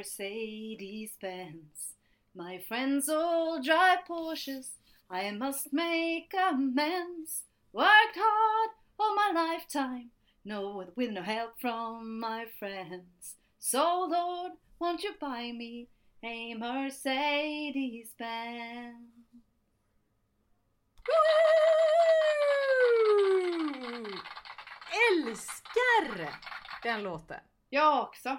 Mercedes-Benz. My friends all drive Porsches. I must make amends. Worked hard all my lifetime. No, with no help from my friends. So Lord, won't you buy me a Mercedes-Benz? Älskar den låten. Jag också.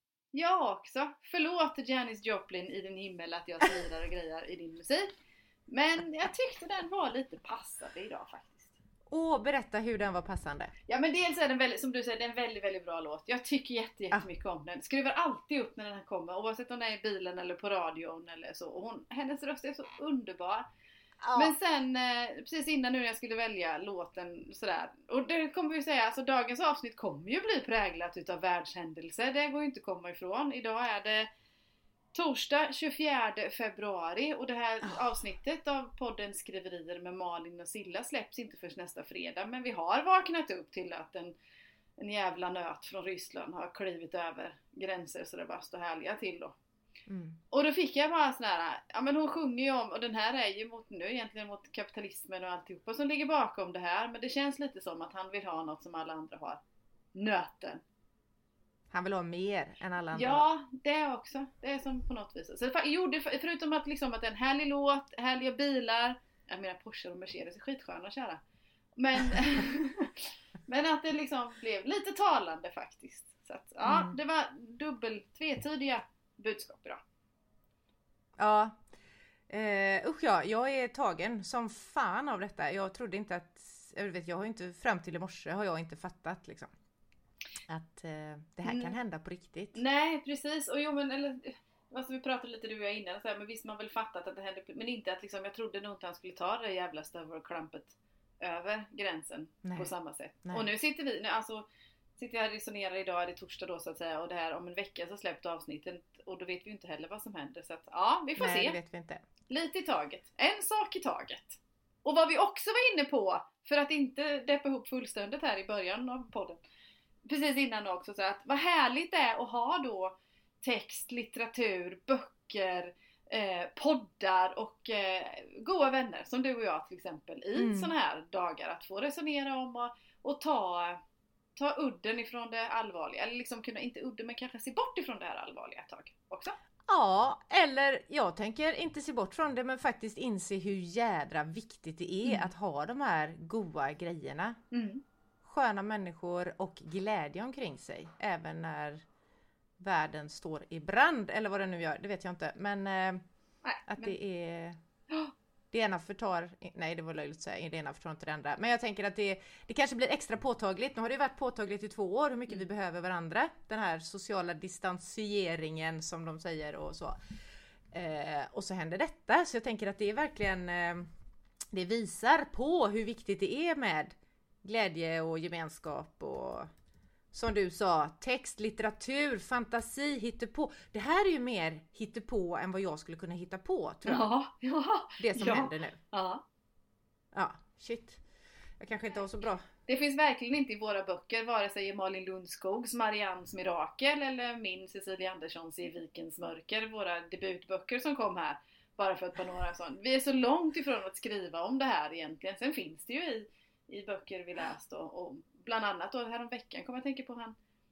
Förlåt Janis Joplin i din himmel att jag slirar och grejer i din musik. Men jag tyckte den var lite passande idag faktiskt. Berätta hur den var passande. Ja, men dels är den väldigt, som du säger, det är en väldigt, väldigt bra låt. Jag tycker jättemycket om den. Skruvar alltid upp när den kommer, oavsett om det är i bilen eller på radion eller så. Och hennes röst är så underbar. Ja. Men sen, precis innan nu när jag skulle välja låten sådär. Och det kommer vi ju säga, alltså dagens avsnitt kommer ju bli präglat utav världshändelser. Det går ju inte att komma ifrån. Idag är det torsdag 24 februari och det här avsnittet av podden Skriverier med Malin och Silla släpps inte först nästa fredag. Men vi har vaknat upp till att en jävla nöt från Ryssland har klivit över gränser så det bara står härliga till då. Mm. Och då fick jag bara sån här, ja men hon sjunger ju om, och den här är ju egentligen mot kapitalismen och alltihopa som ligger bakom det här. Men det känns lite som att han vill ha något som alla andra har. Nöten. Han vill ha mer än alla andra. Ja, det också. Det är som på något vis. Så förutom att, liksom, att det är en härlig låt, härliga bilar. Jag menar Porsche och Mercedes är skitsköna, kära. Men att det liksom blev lite talande faktiskt. Så att, ja, det var tvetydiga budskap idag. Ja. Jag är tagen som fan av detta. Jag trodde inte att, jag har inte fram till i morse har jag inte fattat liksom. Att det här kan hända på riktigt. Nej, precis. Och alltså vi pratade lite du och jag innan så här, men visst man väl fattat att det hände, men inte att liksom, jag trodde nog inte han skulle ta det jävla stövelklampet över gränsen på samma sätt. Nej. Och nu sitter jag och resonerar idag, är det torsdag då så att säga, och det här om en vecka så släppt avsnittet och då vet vi ju inte heller vad som händer, så att ja, vi får se. Det vet vi inte. Lite i taget. En sak i taget. Och vad vi också var inne på, för att inte deppa ihop fullständigt här i början av podden, precis innan också, så att vad härligt det är att ha då text, litteratur, böcker, poddar och goda vänner som du och jag till exempel i såna här dagar, att få resonera om och ta udden ifrån det allvarliga, eller liksom kunna, inte udden men kanske se bort ifrån det här allvarliga ett tag också. Ja, eller jag tänker inte se bort från det, men faktiskt inse hur jädra viktigt det är att ha de här goda grejerna. Sköna människor och glädje omkring sig, även när världen står i brand, eller vad det nu gör, det vet jag inte, men det är det ena förtar, nej det var löjligt att säga, det ena förtar inte det andra, men jag tänker att det kanske blir extra påtagligt. Nu har det ju varit påtagligt i 2 år hur mycket vi behöver varandra, den här sociala distanseringen som de säger och så, och så händer detta, så jag tänker att det är verkligen, det visar på hur viktigt det är med glädje och gemenskap och, som du sa, text, litteratur, fantasi, hittepå. Det här är ju mer hittepå än vad jag skulle kunna hitta på, tror jag. Ja. Det som händer nu. Ja. Ja, shit. Jag kanske inte har så bra. Det finns verkligen inte i våra böcker, vare sig i Malin Lundskogs Mariannes mirakel eller min Cecilia Anderssons I Vikens mörker, våra debutböcker som kom här, bara för att på några sånt. Vi är så långt ifrån att skriva om det här egentligen. Sen finns det ju i böcker vi läst och bland annat då här om veckan kommer jag tänka på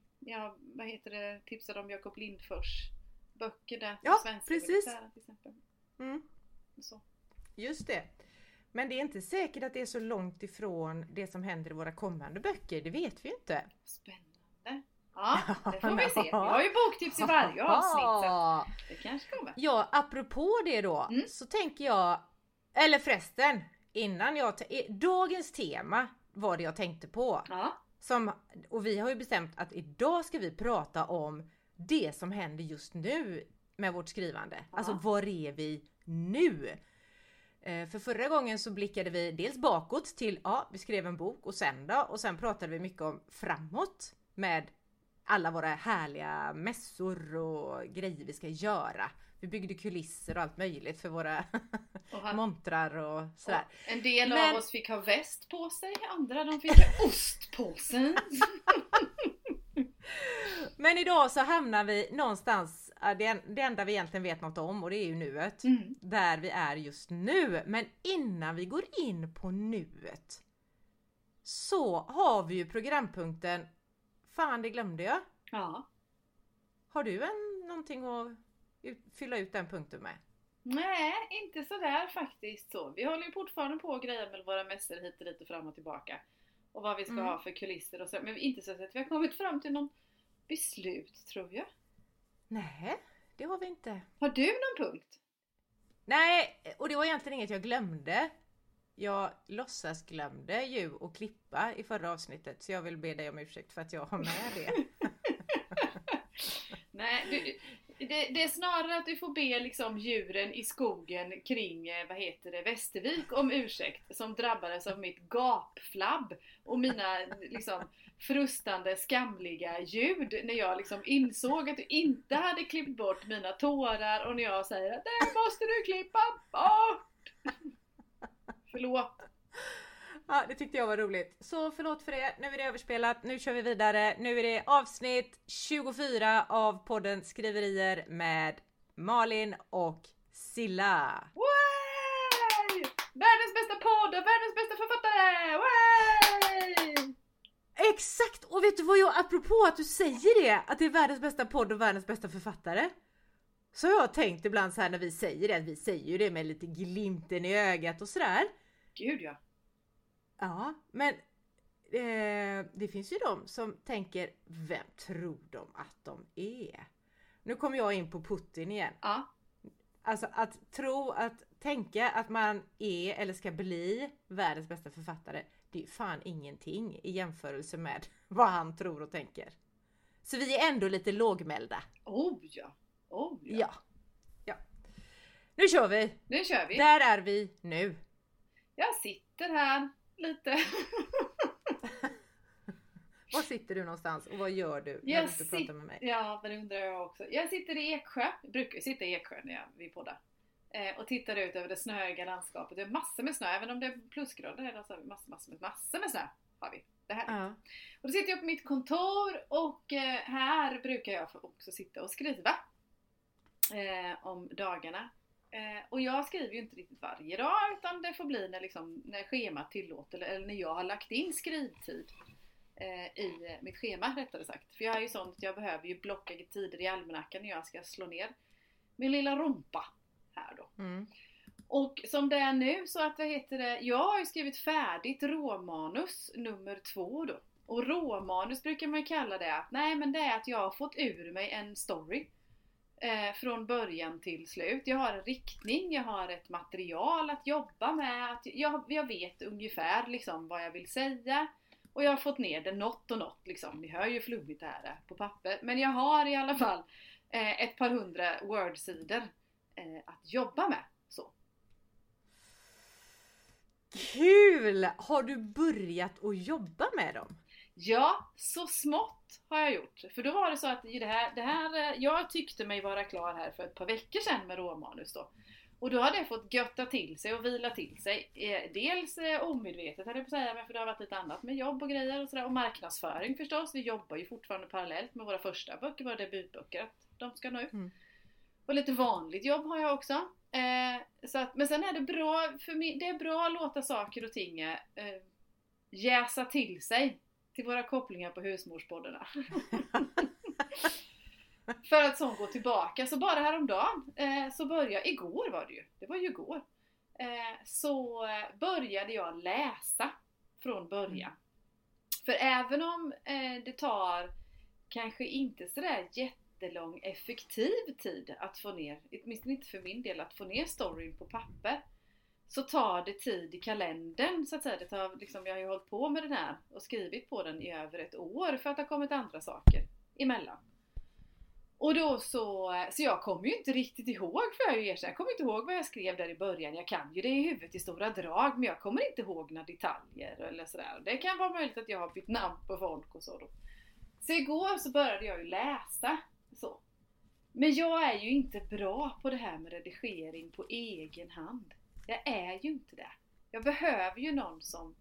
tipsade om Jakob Lindfors böcker där. Ja, svenska precis. Till exempel. Så. Just det. Men det är inte säkert att det är så långt ifrån det som händer i våra kommande böcker. Det vet vi inte. Spännande. Ja, det får vi se. Vi har ju boktips i varje avsnitt. Så det kanske kommer. Ja, apropå det då. Så tänker jag, eller förresten, innan dagens tema var det jag tänkte på. Ja. Och vi har ju bestämt att idag ska vi prata om det som händer just nu med vårt skrivande. Ja. Alltså var är vi nu? För förra gången så blickade vi dels bakåt till, vi skrev en bok och sen pratade vi mycket om framåt med alla våra härliga mässor och grejer vi ska göra. Vi byggde kulisser och allt möjligt för våra montrar och sådär. Och en del av oss fick ha väst på sig, andra de fick ha ost på sig. Men idag så hamnar vi någonstans, det enda vi egentligen vet något om, och det är ju nuet. Där vi är just nu. Men innan vi går in på nuet så har vi ju programpunkten Fan, det glömde jag. Ja. Har du någonting att fylla ut den punkten med? Nej, inte sådär faktiskt så. Vi håller ju fortfarande på att greja med våra mässor hit och dit och fram och tillbaka. Och vad vi ska ha för kulisser och så. Men inte så att vi har kommit fram till någon beslut, tror jag. Nej, det har vi inte. Har du någon punkt? Nej, och det var egentligen inget jag glömde. Jag låtsas glömde ju att klippa i förra avsnittet. Så jag vill be dig om ursäkt för att jag har med det. Nej, det är snarare att du får be liksom djuren i skogen kring, Västervik om ursäkt. Som drabbades av mitt gapflabb och mina liksom frustande, skamliga ljud. När jag liksom insåg att du inte hade klippt bort mina tårar. Och när jag säger att det måste du klippa bort. Förlåt. Ja, det tyckte jag var roligt. Så förlåt för det. Nu är det överspelat. Nu kör vi vidare. Nu är det avsnitt 24 av podden Skriverier med Malin och Silla. Way! Världens bästa podd och världens bästa författare! Way! Exakt! Och vet du vad jag, apropå att du säger det, att det är världens bästa podd och världens bästa författare. Så har jag tänkt ibland så här när vi säger det, att vi säger ju det med lite glimten i ögat och sådär. Gud ja. Ja, men det finns ju de som tänker, vem tror de att de är? Nu kommer jag in på Putin igen. Ja. Alltså tänka att man är eller ska bli världens bästa författare, det är fan ingenting i jämförelse med vad han tror och tänker. Så vi är ändå lite lågmälda. Oh ja. Ja. Nu kör vi. Där är vi nu. Jag sitter här lite. Var sitter du någonstans och vad gör du när du inte pratar med mig? Ja, det undrar jag också. Jag sitter i Eksjö. Jag brukar sitta i Eksjö när vi poddar. Och tittar ut över det snöiga landskapet. Det är massor med snö. Även om det är plusgrader så har vi massor med snö. Har vi. Det här. Och då sitter jag på mitt kontor. Och här brukar jag också sitta och skriva. Om dagarna. Och jag skriver ju inte riktigt varje dag. Utan det får bli när schemat tillåter. Eller när jag har lagt in skrivtid. I mitt schema rättare sagt. För jag är ju sånt att jag behöver ju blocka tider i almanackan när jag ska slå ner min lilla rumpa här då. Och som det är nu så att jag har ju skrivit färdigt råmanus nummer 2 då. Och råmanus brukar man ju kalla det. Nej, men det är att jag har fått ur mig en story från början till slut. Jag har en riktning, jag har ett material att jobba med. Jag vet ungefär liksom vad jag vill säga. Och jag har fått ner det något liksom. Ni hör ju flummigt det här på papper. Men jag har i alla fall ett par 100 wordsidor att jobba med. Så. Kul! Har du börjat att jobba med dem? Ja, så smått har jag gjort. För då var det så att jag tyckte mig vara klar här för ett par veckor sedan med råmanus då. Och då hade jag fått götta till sig och vila till sig. Dels omedvetet hade jag på att säga, men för det har varit lite annat med jobb och grejer och sådär. Och marknadsföring förstås. Vi jobbar ju fortfarande parallellt med våra första böcker, våra debutböcker. Att de ska nå ut. Och lite vanligt jobb har jag också. Men sen är det bra, för mig, det är bra att låta saker och ting jäsa till sig. Till våra kopplingar på husmorspoddarna. För att så gå tillbaka. Så bara häromdagen så började, igår var det ju. Det var ju igår. Så började jag läsa från början. För även om det tar kanske inte sådär jättelång effektiv tid att få ner, åtminstone inte för min del, att få ner storyn på papper. Så tar det tid i kalendern så att säga. Det tar, liksom, jag har ju hållit på med den här och skrivit på den i över ett år för att det har kommit andra saker emellan. Och då så jag kommer ju inte riktigt ihåg, för jag erkänner. Jag kommer inte ihåg vad jag skrev där i början. Jag kan ju det i huvudet i stora drag, men jag kommer inte ihåg några detaljer eller sådär. Det kan vara möjligt att jag har bytt namn på folk och så då. Så igår så började jag ju läsa så. Men jag är ju inte bra på det här med redigering på egen hand. Jag är ju inte det. Jag behöver ju någon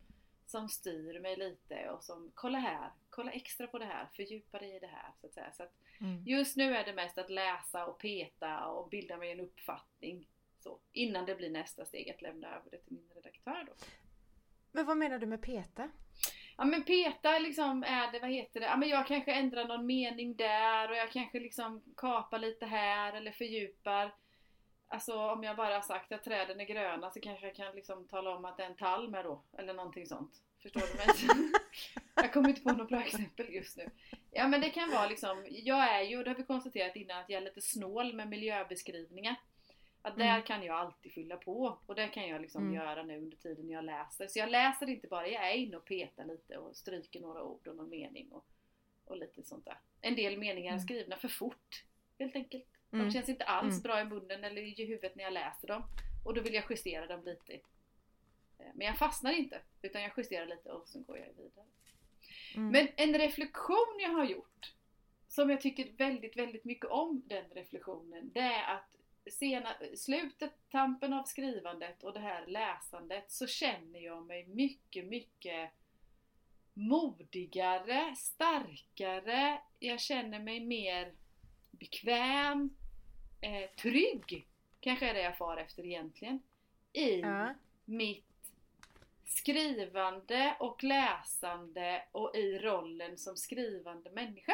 som styr mig lite och som kolla extra på det här, fördjupa dig i det här så att säga. Så att just nu är det mest att läsa och peta och bilda mig en uppfattning så, innan det blir nästa steg att lämna över det till min redaktör då. Men vad menar du med peta? Ja men peta liksom är det, vad heter det? Ja men jag kanske ändrar någon mening där och jag kanske liksom kapar lite här eller fördjupar. Alltså om jag bara har sagt att träden är gröna så kanske jag kan liksom tala om att det är en tall med då. Eller någonting sånt. Förstår du mig? Jag kommer inte på något bra exempel just nu. Ja men det kan vara liksom, jag är ju, det har vi konstaterat innan, att jag är lite snål med miljöbeskrivningar. Att där kan jag alltid fylla på. Och det kan jag liksom göra nu under tiden jag läser. Så jag läser inte bara, jag är inne och petar lite och stryker några ord och någon mening och lite sånt där. En del meningar är skrivna för fort, helt enkelt. De känns inte alls bra i munnen eller i huvudet när jag läser dem. Och då vill jag justera dem lite. Men jag fastnar inte, utan jag justerar lite och sen går jag vidare. Men en reflektion jag har gjort, som jag tycker väldigt, väldigt mycket om den reflektionen, det är att slutet, tampen av skrivandet och det här läsandet, så känner jag mig mycket, mycket modigare, starkare. Jag känner mig mer bekväm, trygg, kanske är det jag far efter egentligen, i mitt skrivande och läsande och i rollen som skrivande människa.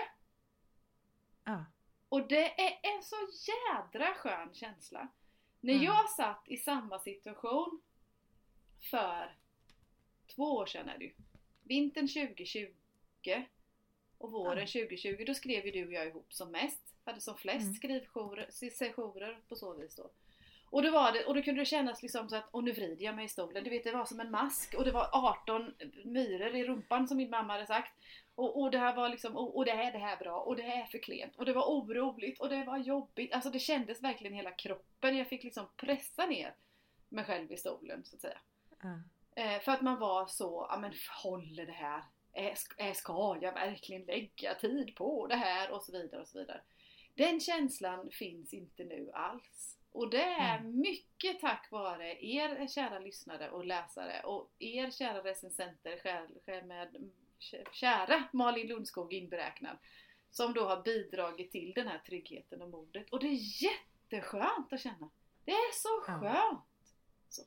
Och det är en så jädra skön känsla. När jag satt i samma situation för 2 år sedan är det ju. Vintern 2020 och våren 2020, då skrev ju du och jag ihop som mest. Hade som flest skrivsessioner på så vis då. Och då kunde det kännas liksom så att, och nu vrider jag mig i stolen. Du vet, det var som en mask och det var 18 myror i rumpan som min mamma hade sagt. Och det här var liksom, och det här är bra och det här är för klent. Och det var oroligt och det var jobbigt. Alltså det kändes verkligen hela kroppen. Jag fick liksom pressa ner mig själv i stolen så att säga. För att man var så, ja men håller det här? Ska jag verkligen lägga tid på det här? Och så vidare och så vidare. Den känslan finns inte nu alls. Och det är mycket tack vare er kära lyssnare och läsare och er kära recensenter med kära Malin Lundskog inberäknad, som då har bidragit till den här tryggheten och modet. Och det är jätteskönt att känna. Det är så skönt. Så.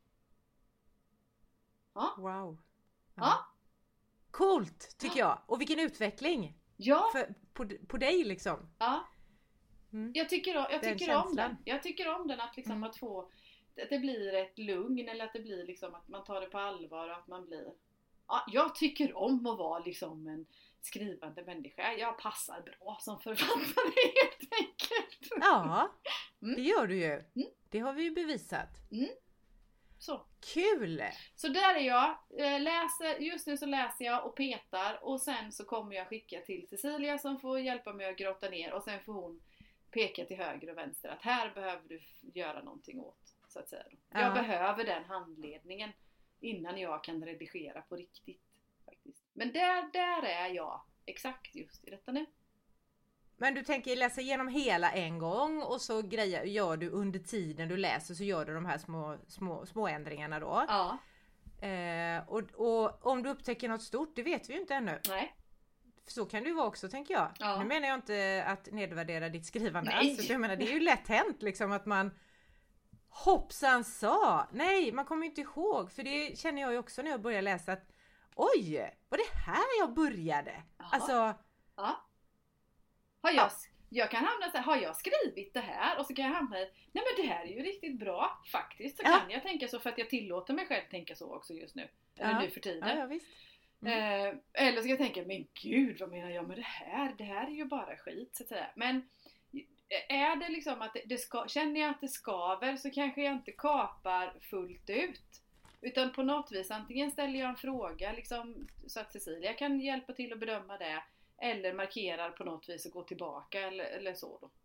Ja. Wow. Ja. Coolt tycker jag. Och vilken utveckling. Ja. På dig liksom. Ja. Jag tycker om den. Jag tycker om den, att liksom att få, att det blir ett lugn, eller att det blir liksom att man tar det på allvar och att man blir, ja, jag tycker om att vara liksom en skrivande människa. Jag passar bra som författare helt enkelt. Ja, det gör du ju. Det har vi ju bevisat. Så. Kul! Så där är jag. Just nu så läser jag och petar, och sen så kommer jag skicka till Cecilia som får hjälpa mig att grotta ner, och sen får hon peka till höger och vänster att här behöver du göra någonting åt, så att säga. Jag behöver den handledningen innan jag kan redigera på riktigt faktiskt. Men där är jag exakt just i detta nu. Men du tänker läsa igenom hela en gång och så gör du under tiden du läser, så gör du de här små ändringarna då. Ja. Och om du upptäcker något stort, det vet vi ju inte ännu. Nej. Så kan det ju vara också, tänker jag. Ja. Nu menar jag inte att nedvärdera ditt skrivande. Nej. Alltså, jag menar, det är ju lätt hänt liksom att man hoppsan sa. Nej, man kommer ju inte ihåg. För det känner jag ju också när jag börjar läsa att oj, var det här jag började? Jaha. Alltså. Ja. Jag kan hamna så här, har jag skrivit det här? Och så kan jag hamna i, nej men det här är ju riktigt bra. Faktiskt så kan jag tänka så, för att jag tillåter mig själv tänka så också just nu. Eller nu för tiden. Ja, visst. Eller så ska jag tänka, men gud, vad menar jag med det här? Det här är ju bara skit, så att säga. Men är det liksom att känner jag att det skaver, så kanske jag inte kapar fullt ut. Utan på något vis, antingen ställer jag en fråga liksom, så att Cecilia kan hjälpa till att bedöma det. Eller markerar på något vis och går tillbaka eller så då.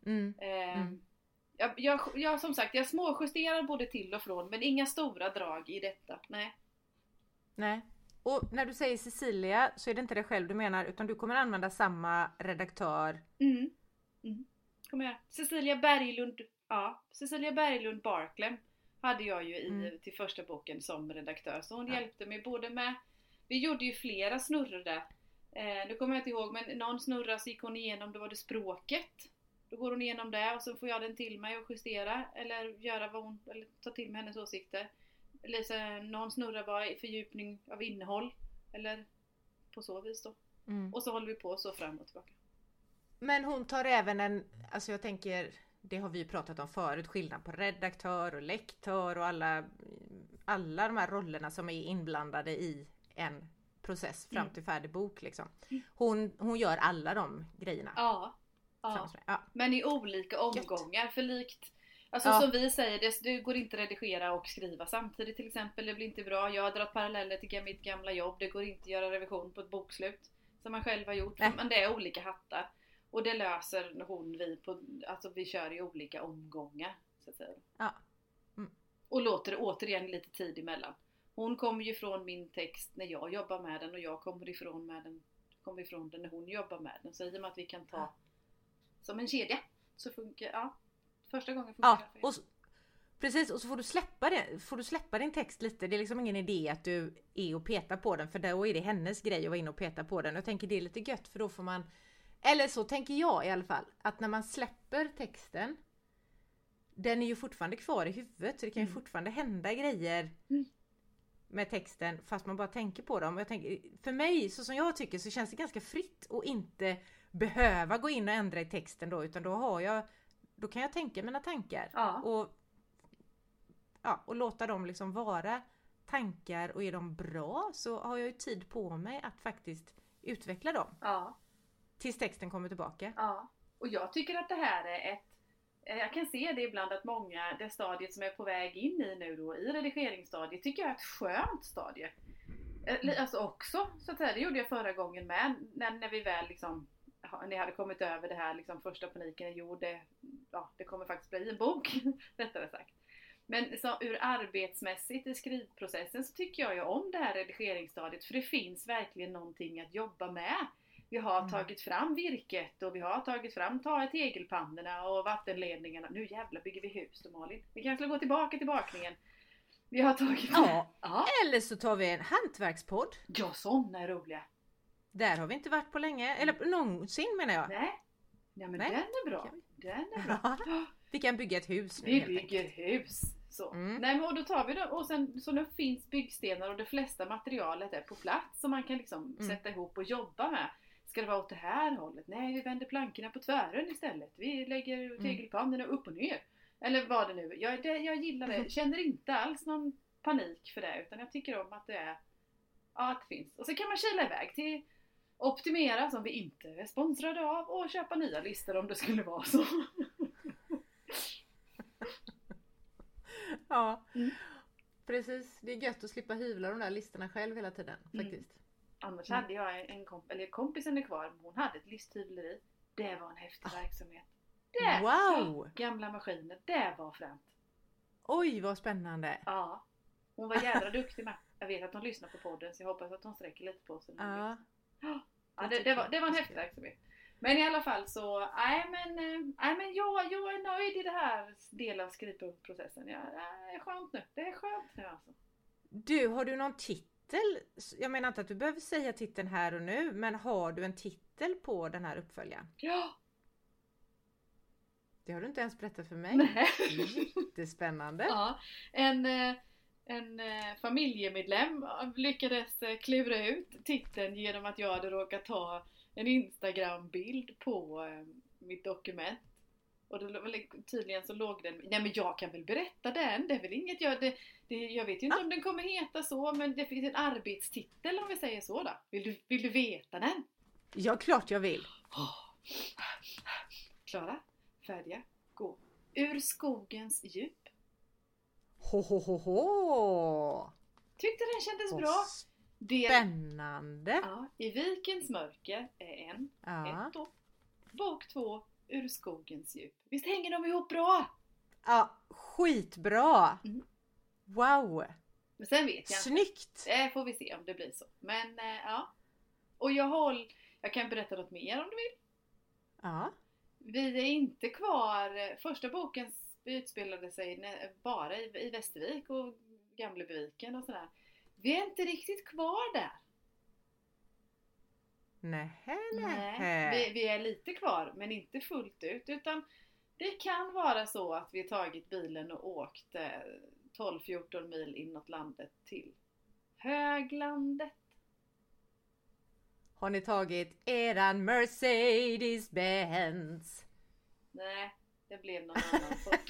Jag som sagt, jag småjusterar både till och från, men inga stora drag i detta. Nej. Och när du säger Cecilia, så är det inte det själv du menar, utan du kommer använda samma redaktör. Kommer jag. Cecilia Berglund Barklem hade jag ju till första boken som redaktör. Så hon hjälpte mig både med Vi gjorde ju flera snurror där. Nu kommer jag inte ihåg, men någon snurra så gick hon igenom, då var det språket. Då går hon igenom det och så får jag den till mig och justera eller göra vad hon, eller ta till mig hennes åsikter. Eller så, någon snurra var fördjupning av innehåll eller på så vis då. Och så håller vi på så fram och tillbaka. Men hon tar även alltså jag tänker, det har vi ju pratat om förut, skillnad på redaktör och lektör och alla de här rollerna som är inblandade i en process fram till färdig bok liksom. Hon gör alla de grejerna. Ja. Men i olika omgångar. För likt, alltså som vi säger, det går inte att redigera och skriva samtidigt till exempel. Det blir inte bra. Jag har dragit paralleller till mitt gamla jobb. Det går inte att göra revision på ett bokslut som man själv har gjort. Men det är olika hattar. Och det löser vi på, alltså vi kör i olika omgångar så att säga. Och låter det återigen lite tid emellan. Hon kommer ju från min text när jag jobbar med den och jag kommer ifrån den när hon jobbar med den. Så i och med att vi kan ta som en kedja så funkar första gången funkar det. Precis, och så får du släppa din text lite. Det är liksom ingen idé att du är och petar på den, för då är det hennes grej att vara inne och peta på den. Jag tänker det är lite gött, för då får man, eller så tänker jag i alla fall, att när man släpper texten, den är ju fortfarande kvar i huvudet, så det kan ju fortfarande hända grejer med texten fast man bara tänker på dem. Jag tänker, för mig, så som jag tycker, så känns det ganska fritt att inte behöva gå in och ändra i texten då, utan då kan jag tänka mina tankar och låta dem liksom vara tankar, och är de bra så har jag ju tid på mig att faktiskt utveckla dem. Tills texten kommer tillbaka. Och jag tycker att det här är jag kan se det ibland att många, det stadiet som är på väg in i nu då, i redigeringsstadiet, tycker jag är ett skönt stadie. Alltså också, så att säga, det gjorde jag förra gången med, när vi väl liksom, ni hade kommit över det här liksom första paniken, det kommer faktiskt bli en bok, rättare sagt. Men så, ur arbetsmässigt i skrivprocessen så tycker jag ju om det här redigeringsstadiet, för det finns verkligen någonting att jobba med. Vi har tagit fram virket och vi har tagit fram tegelpannorna och vattenledningarna. Nu jävla bygger vi hus då, Malin. Vi kanske gå tillbaka till bakningen. Vi har tagit... Eller så tar vi en hantverkspodd. Ja, sådana är roliga. Där har vi inte varit på länge. Eller någonsin menar jag. Nej, men den är bra. Den är bra. Vi kan bygga ett hus nu. Vi bygger hus. Så. Nej, men och då tar vi det, och sen så nu finns byggstenar och det flesta materialet är på plats som man kan liksom sätta ihop och jobba med. Ska det vara åt det här hållet? Nej, vi vänder plankorna på tvären istället. Vi lägger tegelpannorna upp och ner. Eller vad det nu är. Jag gillar det. Känner inte alls någon panik för det. Utan jag tycker om att det är... att det finns. Och så kan man kila iväg till Optimera, som vi inte är sponsrade av, och köpa nya listor om det skulle vara så. Precis. Det är gött att slippa hyvla de där listorna själv hela tiden, faktiskt. Annars hade jag kompisen är kvar, hon hade ett listhyvleri. Det var en häftig verksamhet. Wow! Gamla maskiner, det var främt. Oj, vad spännande. Ja, hon var jävla duktig med. Jag vet att hon lyssnar på podden, så jag hoppas att hon sträcker lite på sig. Det var en häftig verksamhet. Men i alla fall så, nej men jag är nöjd i det här delen av skrivprocessen. Det är skönt nu. Det är skönt nu alltså. Du, har du någon titel? Jag menar inte att du behöver säga titeln här och nu, men har du en titel på den här uppföljaren? Ja. Det har du inte ens berättat för mig. Nej. Jättespännande. Ja, en familjemedlem lyckades klura ut titeln genom att jag hade råkat ta en Instagram-bild på mitt dokument. Och då, tydligen så låg den... Nej, men jag kan väl berätta den. Det är väl inget jag... jag vet ju inte om den kommer heta så, men det finns en arbetstitel om vi säger så då. Vill du veta den? Ja, klart jag vill. Klara, färdiga, gå. Ur skogens djup. Tyckte den kändes bra. Spännande. Ja, I vikens mörker är ett då. Bok 2, Ur skogens djup. Visst hänger de ihop bra? Ja, skitbra. Wow. Men sen vet jag. Snyggt. Det får vi se om det blir så. Men ja. Och jag kan berätta något mer om du vill. Ja. Vi är inte kvar. Första boken utspelade sig bara i Västervik och Gamlebyviken och sådär. Vi är inte riktigt kvar där. Nej. Vi är lite kvar, men inte fullt ut. Utan det kan vara så att vi tagit bilen och åkt 12-14 mil inåt landet till Höglandet. Har ni tagit eran Mercedes-Benz? Nej, det blev någon annan sort.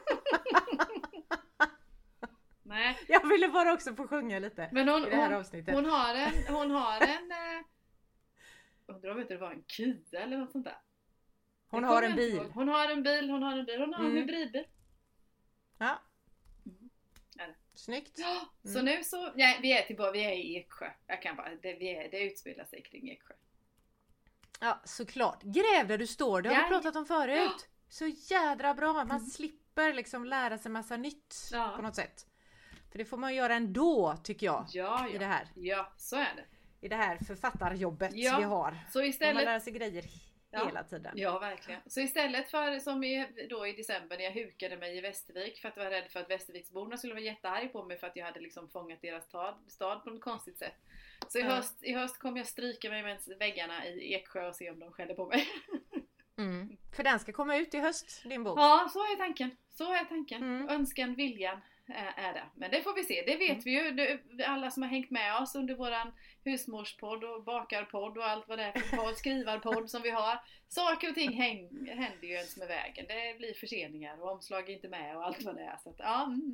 Nej. Jag ville bara också få sjunga lite. Men i det här avsnittet. Hon har en undrar om inte det var en Kia eller något sånt där. Hon har en bil. Hon har en hybridbil. Ja. Snyggt. Så nu så, vi är i Eksjö. Det utspelar sig kring Eksjö. Ja, såklart. Gräv där du står, det har vi pratat om förut. Ja. Så jädra bra, man slipper liksom lära sig massa nytt på något sätt. För det får man göra ändå, tycker jag, i det här. Ja, så är det. I det här författarjobbet vi har. Så istället... man lär sig grejer hela tiden. Ja, verkligen. Så istället för som i december när jag hukade mig i Västervik för att jag var rädd för att Västerviksborna skulle vara jättearg på mig för att jag hade liksom fångat deras stad på något konstigt sätt. Så i höst kommer jag stryka mig med väggarna i Eksjö och se om de skäller på mig. För den ska komma ut i höst, din bok. Ja, så är tanken. Önskan, viljan är det. Men det får vi se. Det vet vi ju. Alla som har hängt med oss under våran husmorspodd och bakarpodd och allt vad det är för podd, skrivarpodd som vi har. Saker och ting händer ju ens med vägen. Det blir förseningar och omslag är inte med och allt vad det är. Så att,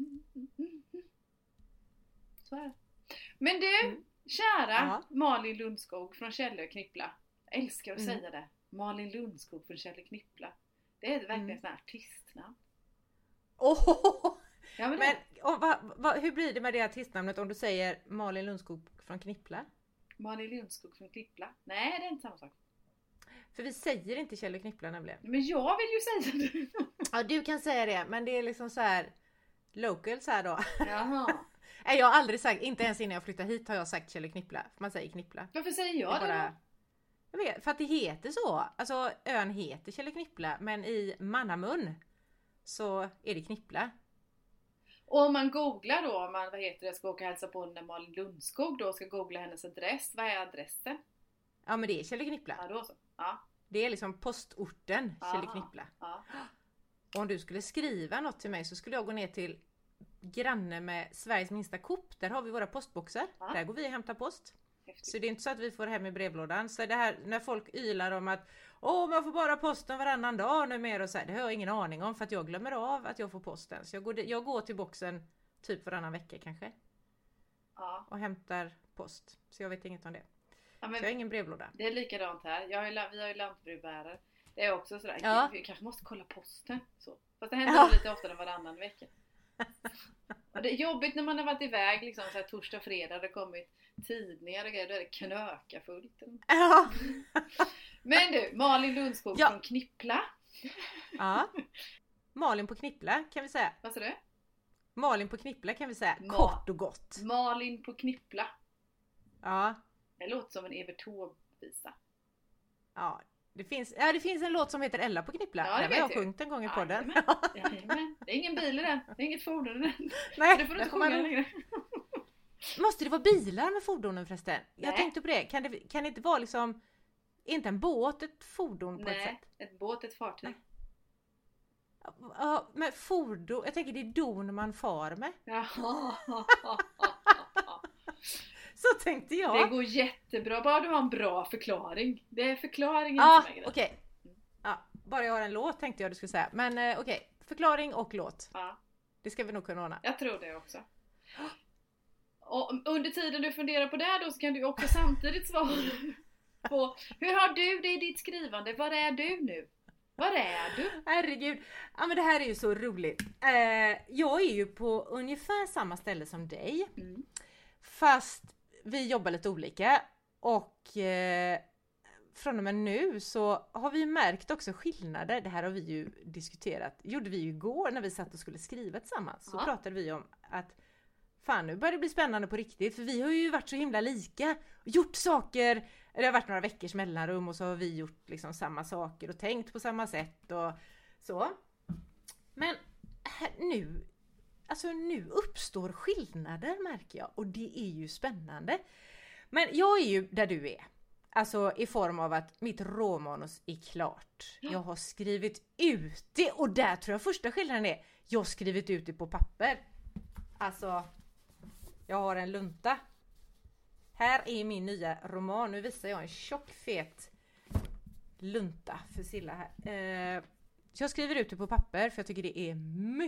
så är det. Men du, kära Malin Lundskog från Källö Knippla. Jag älskar att säga det. Malin Lundskog från Källö Knippla. Det är verkligen ett artistnamn. Ja, men hur blir det med det artistnamnet om du säger Malin Lundskog från Knippla? Malin Lundskog från Knippla? Nej, det är inte samma sak. För vi säger inte Källö Knippla nämligen. Men jag vill ju säga det. Ja, du kan säga det, men det är liksom så här local så här då. Jaha. Nej, jag har aldrig sagt, inte ens innan jag flyttade hit har jag sagt Källö Knippla. För man säger Knippla. Varför säger jag det då? Jag vet, för att det heter så. Alltså ön heter Källö Knippla, men i mannamun så är det Knippla. Och om man googlar då, om man ska åka och hälsa på när Malin Lundskog då ska googla hennes adress, vad är adressen? Ja, men det är Källö Knippla. Ja, då så. Ja. Det är liksom postorten Källö Knippla. Ja. Och om du skulle skriva något till mig så skulle jag gå ner till granne med Sveriges minsta Coop. Där har vi våra postboxar. Ja. Där går vi och hämtar post. Häftigt. Så det är inte så att vi får hem i brevlådan. Så det här när folk ylar om att man får bara posten varannan dag numera och så här, det har jag ingen aning om för att jag glömmer av att jag får posten. Så jag går till boxen typ varannan vecka kanske. Ja. Och hämtar post. Så jag vet inget om det. Ja, men så jag har ingen brevlåda. Det är likadant här. Vi har ju lantbrevbärare. Det är också sådär. Ja. Vi kanske måste kolla posten. Så. Fast det händer lite oftare varannan vecka. Och det är jobbigt när man har varit iväg liksom, så här, torsdag, fredag. Det har kommit tidningar och grejer. Då är det knöka fullt. Ja. Men du, Malin Lundskog från Knippla. Ja. Malin på Knippla kan vi säga. Vad sa du? Malin på Knippla kan vi säga. Kort och gott. Malin på Knippla. Ja. Det låter som en Evert Taube-visa. Ja. Det finns en låt som heter Ella på Knippla. Ja, den har jag sjungit en gång i podden. Jajamän. Det är ingen bil i den. Det är inget fordon i den. Nej, det får du inte sjunga längre. Måste det vara bilar med fordonen förresten? Nej. Jag tänkte på det. Kan det inte vara liksom inte en båt, ett fordon på ett sätt? Nej, ett båt, ett fartyg. Ja, men fordon. Jag tänker det är don man far med. Jaha. Så tänkte jag. Det går jättebra, bara du har en bra förklaring. Det är förklaringen som är grejen. Okej. Ja, bara jag har en låt tänkte jag du skulle säga. Men okej, förklaring och låt. Ja. Det ska vi nog kunna ordna. Jag tror det också. Och under tiden du funderar på det då så kan du också samtidigt svara på hur har du det i ditt skrivande? Var är du nu? Var är du? Herregud. Ja, men det här är ju så roligt. Jag är ju på ungefär samma ställe som dig. Fast vi jobbar lite olika. Och från och med nu så har vi märkt också skillnader. Det här har vi ju diskuterat. Gjorde vi ju igår när vi satt och skulle skriva tillsammans. Så pratade vi om att fan, nu börjar det bli spännande på riktigt. För vi har ju varit så himla lika. Gjort saker. Det har varit några veckors mellanrum och så har vi gjort liksom samma saker och tänkt på samma sätt och så. Men nu uppstår skillnader märker jag och det är ju spännande. Men jag är ju där du är. Alltså i form av att mitt råmanus är klart. Jag har skrivit ut det och där tror jag första skillnaden är. Jag har skrivit ut det på papper. Alltså, jag har en lunta. Här är min nya roman. Nu visar jag en tjock fet lunta för Silla här. Så jag skriver ut det på papper för jag tycker det är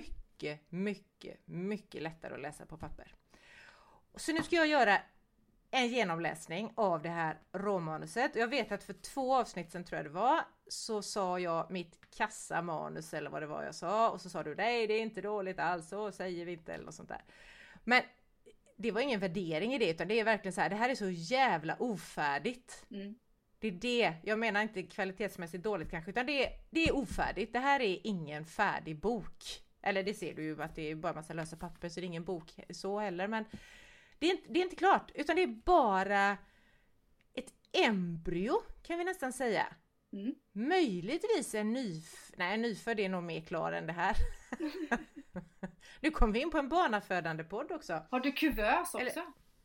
mycket lättare att läsa på papper. Så nu ska jag göra en genomläsning av det här råmanuset. Jag vet att för 2 avsnitt sen tror jag det var, så sa jag mitt kassamanus eller vad det var jag sa. Och så sa du, nej det är inte dåligt alls, så säger vi inte eller något sånt där. Men det var ingen värdering i det, utan det är verkligen så här, det här är så jävla ofärdigt. Det är det, jag menar inte kvalitetsmässigt dåligt kanske, utan det är ofärdigt. Det här är ingen färdig bok. Eller det ser du ju att det är bara massa lösa papper, så det är ingen bok så heller. Men det är inte klart, utan det är bara ett embryo kan vi nästan säga. Möjligtvis en nyfödd är nog mer klar än det här. Nu kom vi in på en barnafödande podd också. Har du kuvös också?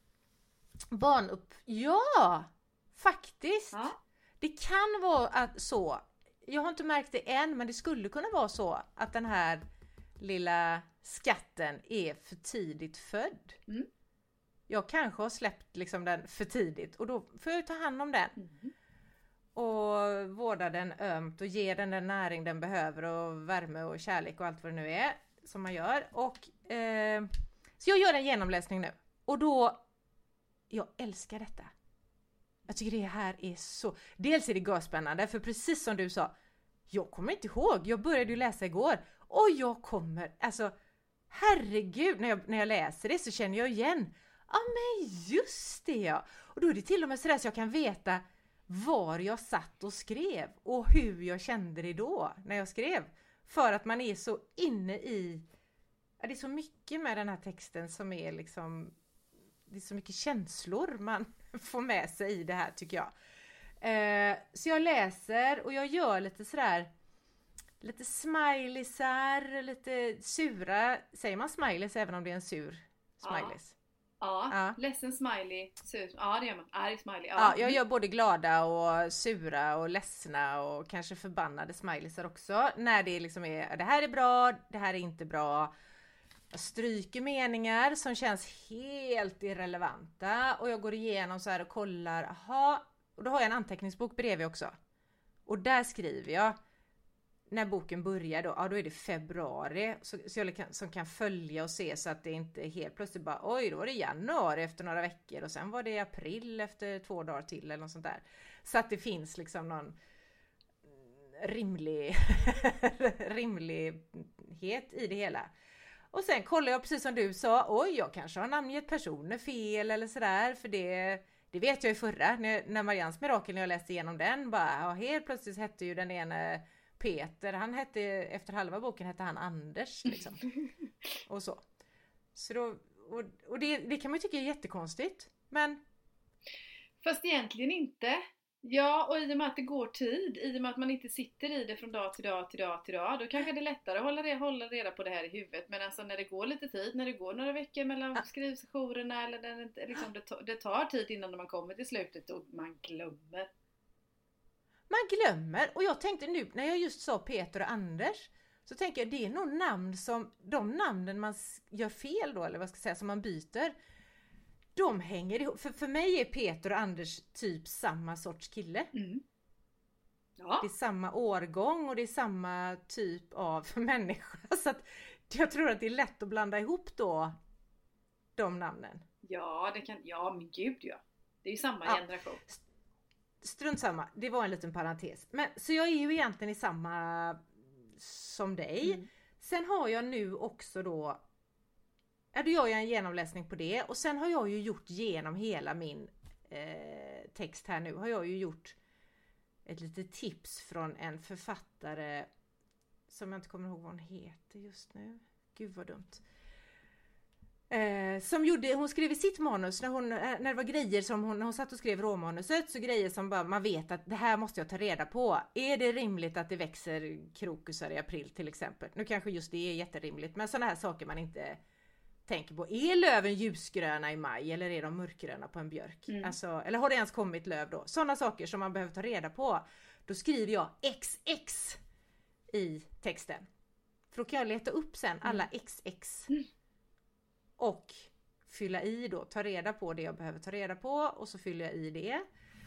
Ja, faktiskt. Ja. Det kan vara så. Jag har inte märkt det än, men det skulle kunna vara så att den här lilla skatten är för tidigt född. Jag kanske har släppt liksom den för tidigt och då får jag ta hand om den. Och vårda den ömt och ge den den näring den behöver och värme och kärlek och allt vad det nu är som man gör. Och så jag gör en genomläsning nu. Och då, jag älskar detta. Jag tycker det här är så, dels är det gasspännande för precis som du sa, jag kommer inte ihåg, jag började ju läsa igår och jag kommer, alltså herregud, när jag läser det så känner jag igen, ja men just det ja. Och då är det till och med sådär så jag kan veta var jag satt och skrev och hur jag kände det då när jag skrev. För att man är så inne i, ja, det är så mycket med den här texten som är liksom, det är så mycket känslor man får med sig i det här tycker jag. Så jag läser och jag gör lite sådär, lite smileysar, lite sura, säger man smileys även om det är en sur smileys? Ja. Ledsen smiley, sur, ja det gör man, arg smiley. Ja, jag gör både glada och sura och ledsna och kanske förbannade smileysar också. När det liksom är, det här är bra, det här är inte bra. Jag stryker meningar som känns helt irrelevanta och jag går igenom så här och kollar, aha, och då har jag en anteckningsbok bredvid också. Och där skriver jag när boken börjar då, ja då är det februari så jag som kan följa och se så att det inte är helt plötsligt bara, oj då var det januari efter några veckor och sen var det april efter 2 dagar till eller något sånt där. Så att det finns liksom någon rimlighet i det hela. Och sen kollar jag precis som du sa, oj jag kanske har namngett personer fel eller sådär, för det vet jag i förra, när Marians mirakel, när jag läste igenom den, bara, ja, helt plötsligt hette ju den ene Peter, han hette, efter halva boken hette han Anders liksom. Och så. Så då, och det kan man ju tycka är jättekonstigt, men fast egentligen inte. Ja, och i och med att det går tid, i och med att man inte sitter i det från dag till dag, då kanske det är lättare att hålla reda på det här i huvudet. Men alltså när det går lite tid, när det går några veckor mellan skrivsessionerna eller när liksom det tar tid innan man kommer till slutet och man glömmer. Och jag tänkte nu, när jag just sa Peter och Anders, så tänker jag det är nog namn som, de namnen man gör fel då, eller vad ska jag säga, som man byter. De hänger ihop. För mig är Peter och Anders typ samma sorts kille. Ja. Det är samma årgång och det är samma typ av människa. Så att jag tror att det är lätt att blanda ihop då de namnen. Ja, men gud ja. Det är ju samma generation. Strunt samma, det var en liten parentes. Men, så jag är ju egentligen i samma som dig. Sen har jag nu också då, då gör jag en genomläsning på det. Och sen har jag ju gjort genom hela min text här nu, har jag ju gjort ett litet tips från en författare som jag inte kommer ihåg vad hon heter just nu. Gud vad dumt. Hon skrev i sitt manus när det var grejer som när hon satt och skrev råmanuset, så grejer som bara man vet att det här måste jag ta reda på. Är det rimligt att det växer krokusar i april till exempel? Nu kanske just det är jätterimligt, men sådana här saker man inte tänker på, är löven ljusgröna i maj eller är de mörkgröna på en björk? Alltså, eller har det ens kommit löv då? Sådana saker som man behöver ta reda på. Då skriver jag XX i texten. För då kan jag leta upp sen alla XX. Och fylla i då, ta reda på det jag behöver ta reda på och så fyller jag i det.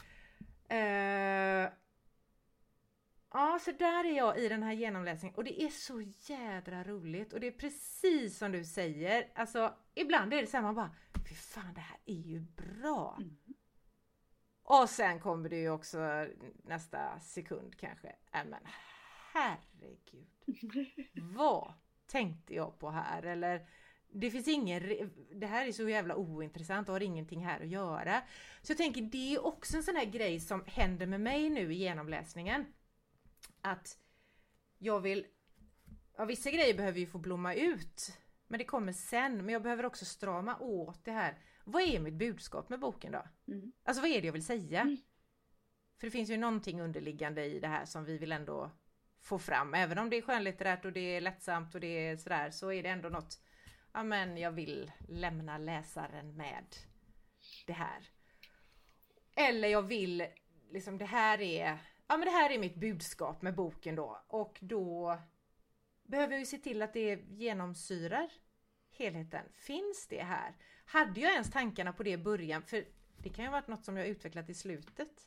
Ja, så där är jag i den här genomläsningen och det är så jädra roligt och det är precis som du säger, alltså ibland är det så här man bara, fy fan det här är ju bra. Och sen kommer det ju också nästa sekund kanske, men herregud, vad tänkte jag på här? Eller det finns det här är så jävla ointressant och har ingenting här att göra. Så jag tänker det är också en sån här grej som händer med mig nu i genomläsningen. Att jag vill, vissa grejer behöver ju få blomma ut. Men det kommer sen. Men jag behöver också strama åt det här. Vad är mitt budskap med boken då? Alltså vad är det jag vill säga? För det finns ju någonting underliggande i det här som vi vill ändå få fram. Även om det är skönlitterärt och det är lättsamt och det är sådär. Så är det ändå något. Ja men jag vill lämna läsaren med det här. Eller jag vill liksom det här är mitt budskap med boken då. Och då behöver jag ju se till att det genomsyrar helheten. Finns det här? Hade jag ens tankarna på det i början? För det kan ju ha varit något som jag utvecklat i slutet.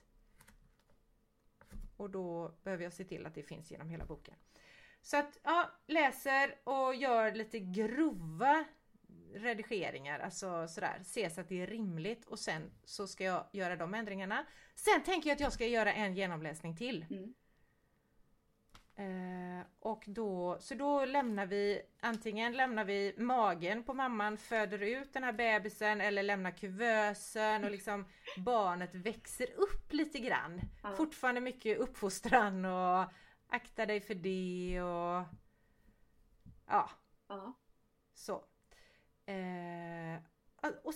Och då behöver jag se till att det finns genom hela boken. Så att läser och gör lite grova redigeringar. Alltså sådär. Se så att det är rimligt. Och sen så ska jag göra de ändringarna. Sen tänker jag att jag ska göra en genomläsning till. Och då lämnar vi, antingen lämnar vi magen på mamman, föder ut den här bebisen eller lämnar kuvösen och liksom barnet växer upp lite grann. Fortfarande mycket uppfostran och akta dig för det och så. Och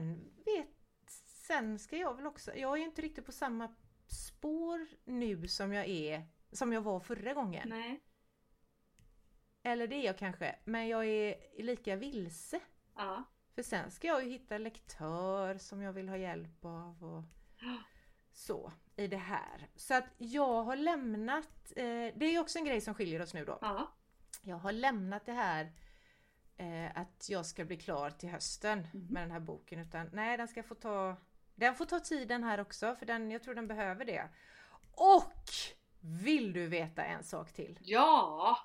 sen ska jag väl också, jag är inte riktigt på samma spår nu som jag var förra gången. Nej. Eller det är jag kanske, men jag är lika vilse. För sen ska jag ju hitta lektör som jag vill ha hjälp av och så i det här. Så att jag har lämnat, det är också en grej som skiljer oss nu då. Jag har lämnat det här att jag ska bli klar till hösten med den här boken, utan nej, den får ta tiden här också, för jag tror den behöver det. Och vill du veta en sak till? Ja!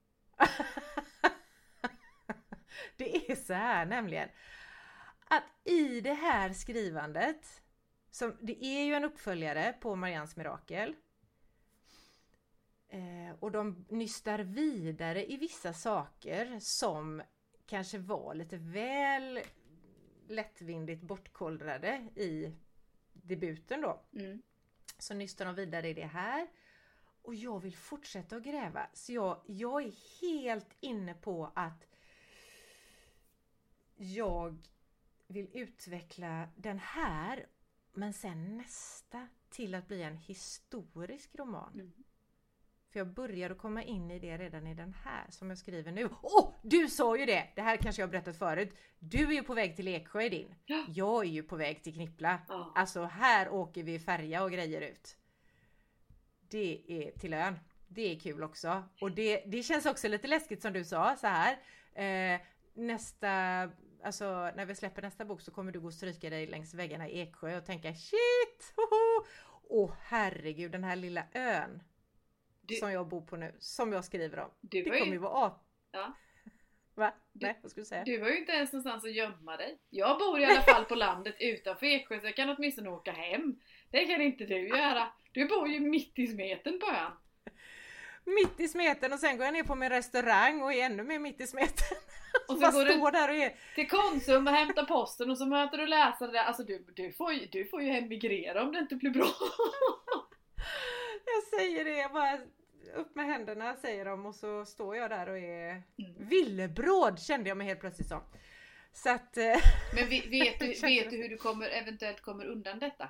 Det är så här nämligen att i det här skrivandet, som det är ju en uppföljare på Marians mirakel, och de nystar vidare i vissa saker som kanske var lite väl lättvindigt bortkollrade i debuten då. Så nystar de vidare i det här. Och jag vill fortsätta att gräva. Så jag är helt inne på att jag vill utveckla den här, men sen nästa till att bli en historisk roman. För jag börjar att komma in i det redan i den här som jag skriver nu. Du sa ju det! Det här kanske jag har berättat förut. Du är ju på väg till Eksjö i din. Jag är ju på väg till Knippla. Alltså här åker vi färja och grejer ut. Det är till ön. Det är kul också. Och det känns också lite läskigt som du sa så här. När vi släpper nästa bok så kommer du gå och stryka dig längs väggarna i Eksjö och tänka shit! Herregud, den här lilla ön. Som jag bor på nu, som jag skriver om. Det kommer ju vara Va? Nej, vad skulle du säga? Du har ju inte ens någonstans att gömma dig. Jag bor i alla fall på landet utanför Eksjö, så jag kan åtminstone åka hem. Det kan inte du göra. Du bor ju mitt i smeten på ön. Mitt i smeten, och sen går jag ner på min restaurang och är ännu mer mitt i smeten. Och så går du där och är till Konsum och hämtar posten och så möter du läsare där. Alltså du får ju emigrera om det inte blir bra. Jag säger det, bara upp med händerna säger de, och så står jag där och är villebråd, kände jag mig helt plötsligt som. Så att, men vet du hur du eventuellt kommer undan detta?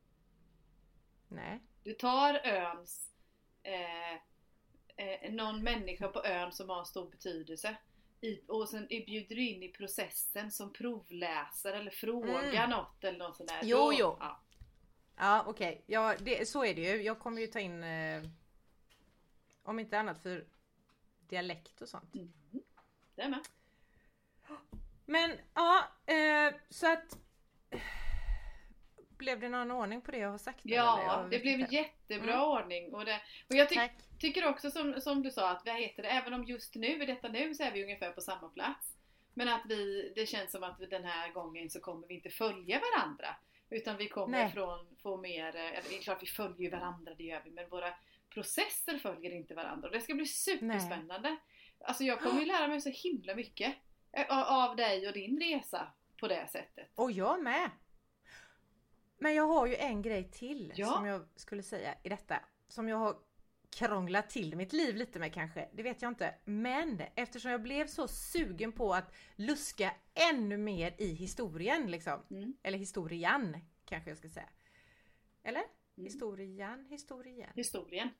Nej. Du tar öns någon människa på ön som har stor betydelse. och sen bjuder du in i processen som provläsare eller frågar något eller något sådär. Jo. Ja, okej. Ja, så är det ju. Jag kommer ju ta in om inte annat för dialekt och sånt. Det är med. Men ja, så att blev det någon ordning på det jag har sagt? Ja, det blev jättebra ordning. Och jag tycker också som du sa att även om just nu, i detta nu, så är vi ungefär på samma plats. Men att det känns som att den här gången så kommer vi inte följa varandra. Utan vi kommer få mer, det är klart vi följer ju varandra, det gör vi. Men våra processer följer inte varandra. Och det ska bli superspännande. Alltså jag kommer ju lära mig så himla mycket av dig och din resa på det sättet. Och jag med. Men jag har ju en grej till som jag skulle säga i detta. Som jag har krånglat till mitt liv lite med kanske. Det vet jag inte. Men eftersom jag blev så sugen på att luska ännu mer i historien liksom. Eller historien kanske jag ska säga. Eller? Historien.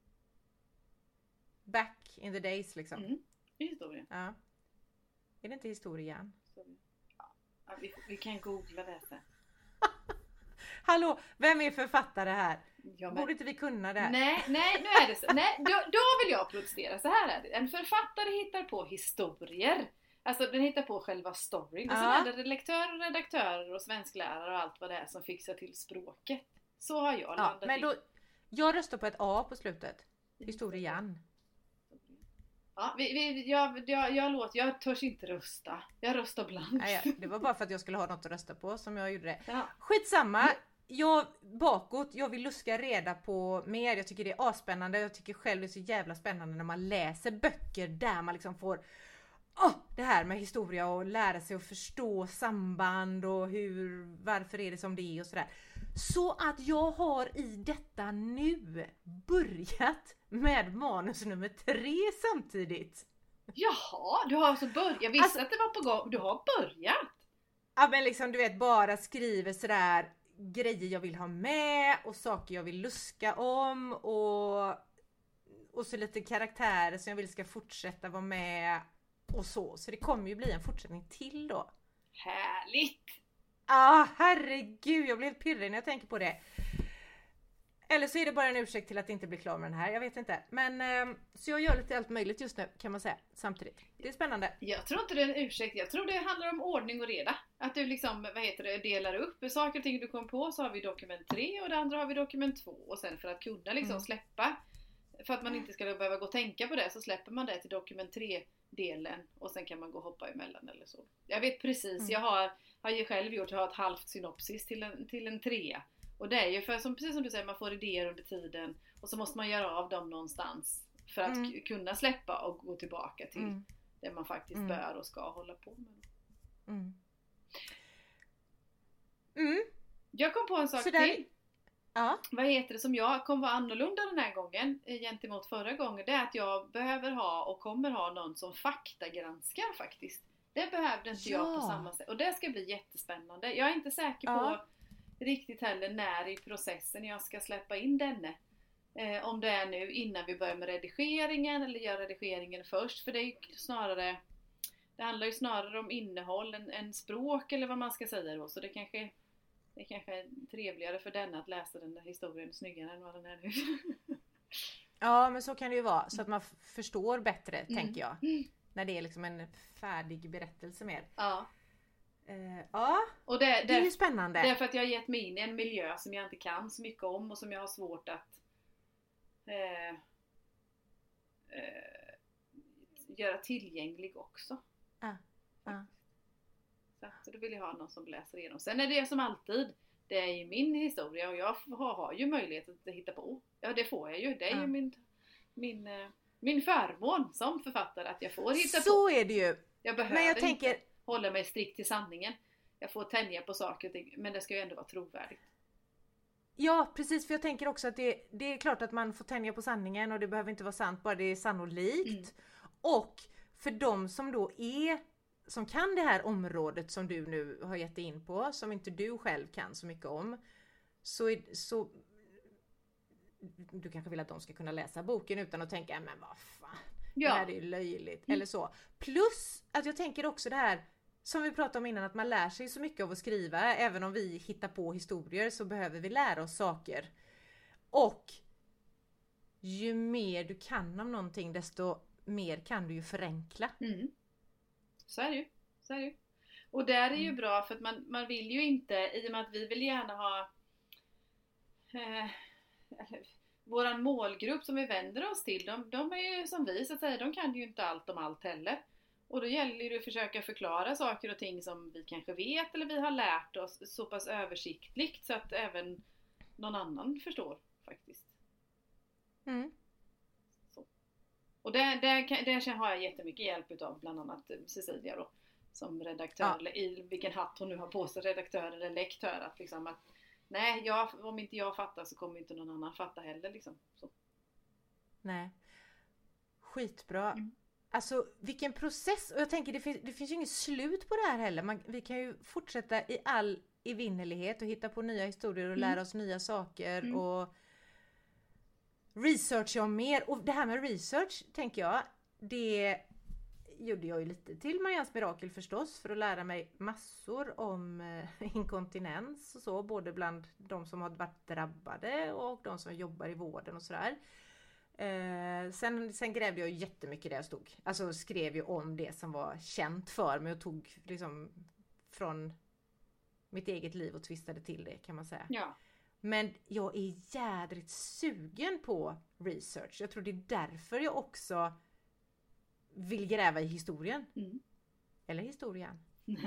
Back in the days liksom. Historien. Ja. Är det inte historien? Ja, vi kan googla det sen. Hallå, vem är författare här? Ja, Borde inte vi kunna det här? Nej, nu är det så. Nej, då vill jag protestera. Så här är det. En författare hittar på historier. Alltså den hittar på själva storyn. Och sen är det lektörer och redaktörer och svensklärare och allt vad det är som fixar till språket. Så har jag landat men då, jag röstar på ett A på slutet. Historien. Ja, jag törs inte rösta. Jag röstar blankt. Nej, det var bara för att jag skulle ha något att rösta på som jag gjorde det. Ja. Skitsamma. Jag vill luska reda på mer. Jag tycker det är aspännande. Jag tycker själv det är så jävla spännande när man läser böcker där man liksom får det här med historia och lära sig att förstå samband och varför är det som det är och sådär. Så att jag har i detta nu börjat med manus nummer 3 samtidigt. Jaha, du har alltså börjat. Jag visste att det var på gång. Du har börjat. Ja, men liksom du vet, bara skriver sådär grejer jag vill ha med och saker jag vill luska om och så lite karaktärer som jag vill ska fortsätta vara med och så det kommer ju bli en fortsättning till då. Härligt! Herregud, jag blev helt pirrig när jag tänker på det. Eller så är det bara en ursäkt till att inte bli klar med den här, jag vet inte. Men så jag gör lite allt möjligt just nu kan man säga, samtidigt. Det är spännande. Jag tror inte det är en ursäkt, jag tror det handlar om ordning och reda. Att du liksom, delar upp saker och ting du kommer på, så har vi dokument 3 och det andra har vi dokument 2. Och sen för att kunna liksom släppa, för att man inte ska behöva gå och tänka på det, så släpper man det till dokument 3-delen och sen kan man gå och hoppa emellan eller så. Jag vet precis, jag har ju själv gjort, jag har ett halvt synopsis till en 3. Och det är ju för, precis som du säger, man får idéer under tiden och så måste man göra av dem någonstans för att kunna släppa och gå tillbaka till det man faktiskt bör och ska hålla på med. Jag kom på en sak till. Ja. Vad heter det som jag kommer vara annorlunda den här gången gentemot förra gången? Det är att jag behöver ha och kommer ha någon som faktagranskar faktiskt. Det behövde inte jag på samma sätt. Och det ska bli jättespännande. Jag är inte säker på riktigt heller när i processen jag ska släppa in denne. Om det är nu innan vi börjar med redigeringen eller gör redigeringen först. För det är ju snarare, det handlar ju snarare om innehåll än språk eller vad man ska säga då. Så det kanske är trevligare för den att läsa den där historien snyggare än vad den är nu. Ja, men så kan det ju vara. Så att man förstår bättre, tänker jag. När det är liksom en färdig berättelse mer. Ja. Och det är ju spännande. Därför att jag har gett mig in i en miljö som jag inte kan så mycket om och som jag har svårt att göra tillgänglig också. Så då vill jag ha någon som läser igenom. Sen är det som alltid, det är ju min historia och jag har ju möjlighet att hitta på. Ja, det får jag ju. Det är ju min förmån som författare att jag får hitta på. Så är det ju. Jag behöver inte hålla mig strikt till sanningen. Jag får tänja på saker och ting, men det ska ju ändå vara trovärdigt. Ja, precis, för jag tänker också att det är klart att man får tänja på sanningen och det behöver inte vara sant, bara det är sannolikt. Och för de som då som kan det här området som du nu har gett dig in på, som inte du själv kan så mycket om, så du kanske vill att de ska kunna läsa boken utan att tänka, men vad fan, det här är ju löjligt eller så. Plus att jag tänker också det här som vi pratade om innan, att man lär sig så mycket av att skriva. Även om vi hittar på historier så behöver vi lära oss saker. Och ju mer du kan om någonting, desto mer kan du ju förenkla. Så är det ju. Och där är ju bra, för att man vill ju inte, i och med att vi vill gärna ha våran målgrupp som vi vänder oss till, de är ju som vi så att säga, de kan ju inte allt om allt heller. Och då gäller det att försöka förklara saker och ting som vi kanske vet eller vi har lärt oss så pass översiktligt så att även någon annan förstår faktiskt. Så. Och där har jag jättemycket hjälp utav bland annat Cecilia då, som redaktör, eller i vilken hatt hon nu har på sig, redaktör eller lektör, att liksom att nej, om inte jag fattar så kommer inte någon annan fatta heller liksom. Så. Nej. Skitbra. Alltså vilken process, och jag tänker det finns ju inget slut på det här heller. Vi kan ju fortsätta i all evinnerlighet och hitta på nya historier och lära oss nya saker och researcha om mer. Och det här med research tänker jag, det gjorde jag ju lite till Marians Mirakel förstås, för att lära mig massor om inkontinens och så, både bland de som har varit drabbade och de som jobbar i vården och sådär. Sen grävde jag jättemycket där jag stod. Alltså skrev ju om det som var känt för mig och tog liksom från mitt eget liv och twistade till det, kan man säga. Ja. Men jag är jädrigt sugen på research. Jag tror det är därför jag också vill gräva i historien. Eller historien.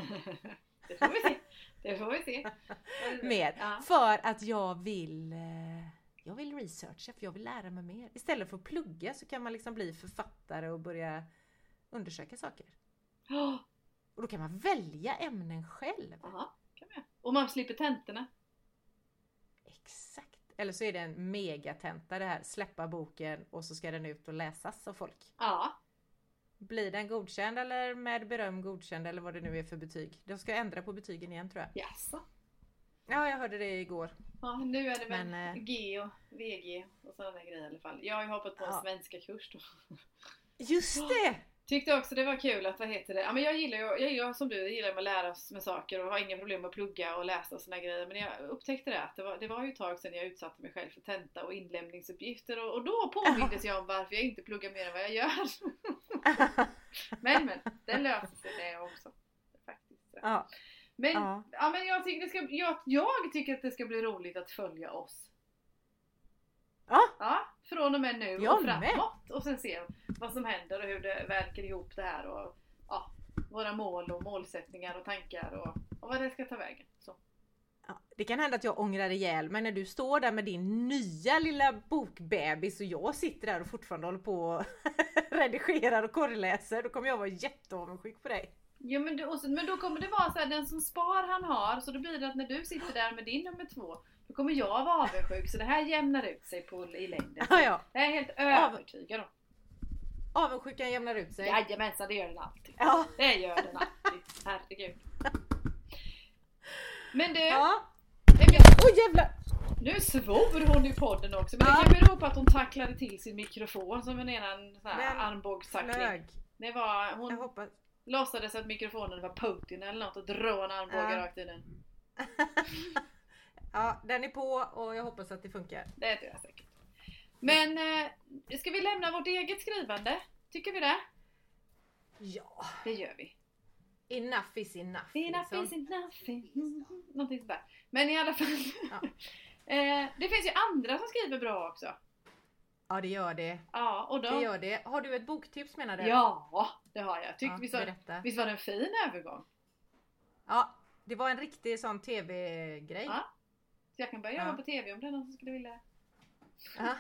Det får vi se. Mer. Ja. För att jag vill researcha, för jag vill lära mig mer. Istället för att plugga så kan man liksom bli författare och börja undersöka saker. Och då kan man välja ämnen själv. Aha, kan man. Och man slipper tentorna. Exakt. Eller så är det en megatenta det här. Släppa boken och så ska den ut och läsas av folk. Ja. Blir den godkänd eller med beröm godkänd eller vad det nu är för betyg. De ska ändra på betygen igen, tror jag. Jaså. Ja, jag hörde det igår. Ja, nu är det väl G och VG och sådana grejer i alla fall. Jag har ju hoppat på en svenska kurs då. Just det! Tyckte också det var kul att, vad heter det? Ja, men jag gillar som du, gillar att lära oss med saker och har inga problem med att plugga och läsa och såna grejer. Men jag upptäckte det att det var ju ett tag sedan jag utsatte mig själv för tenta och inlämningsuppgifter och då påmindes jag om varför jag inte pluggar mer än vad jag gör. men den löser sig det också. Faktiskt. Ja. Men jag tycker att det ska bli roligt att följa oss. Ja, från och med nu och framåt. Och sen se vad som händer och hur det verkar ihop det här. Och våra mål och målsättningar och tankar och vad det ska ta vägen. Så. Ja, det kan hända att jag ångrar ihjäl, men när du står där med din nya lilla bokbebis och jag sitter där och fortfarande håller på och redigerar och korrläser, då kommer jag vara jätteavundsjuk på dig. Ja, men då kommer det vara så här, den som spar han har, så då blir det att när du sitter där med din nummer 2, då kommer jag vara avundsjuk, så det här jämnar ut sig i längden. Ja. Jag är helt övertygad om. Avundsjukan jämnar ut sig. Jajamensan, det gör den alltid. Ja. Det gör den alltid. Herregud. Men du... Ja. Jävlar! Nu svor hon i podden också, men det kan bero på att hon tacklade till sin mikrofon som en sån här armbågstackling. Det var... Hon... Jag hoppas... låtsades att mikrofonen var Putin eller något och dra en armbåge rakt i den. Ja, den är på och jag hoppas att det funkar. Det tror jag säkert. Men ska vi lämna vårt eget skrivande? Tycker vi det? Ja. Det gör vi. Enough is enough. Enough is enough. Någonting sådär. Men i alla fall. Det finns ju andra som skriver bra också. Ja, det gör det. Ja, och då... Det gör det. Har du ett boktips, menar du? Ja, det har jag. Visst var det en fin övergång? Ja, det var en riktig sån tv-grej. Ja. Så jag kan börja jobba på tv om det är någon som skulle vilja. Ja.